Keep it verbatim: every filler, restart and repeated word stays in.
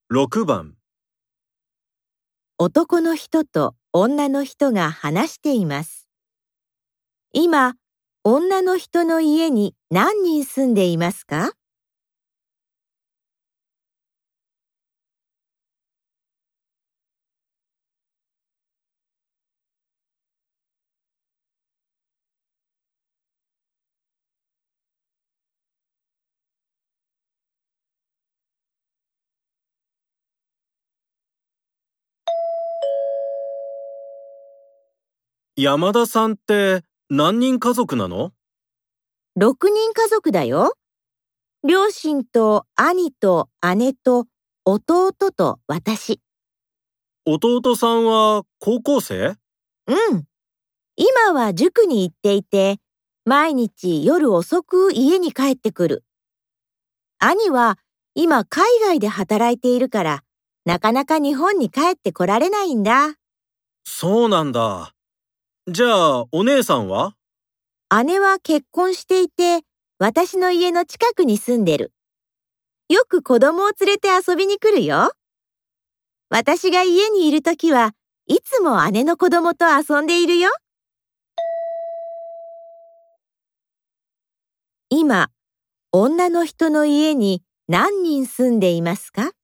ろくばん。 男の人と女の人が話しています。今、女の人の家に何人住んでいますか？ 山田さんって何人家族なの？ ろくにん家族だよ。両親と兄と姉と弟と私。 弟さんは高校生？ うん。今は塾に行っていて、毎日夜遅く家に帰ってくる。兄は今海外で働いているから、なかなか日本に帰ってこられないんだ。 そうなんだ。じゃあお姉さんは？ 姉は結婚していて、私の家の近くに住んでる。よく子供を連れて遊びに来るよ。私が家にいるときはいつも姉の子供と遊んでいるよ。今、女の人の家に何人住んでいますか？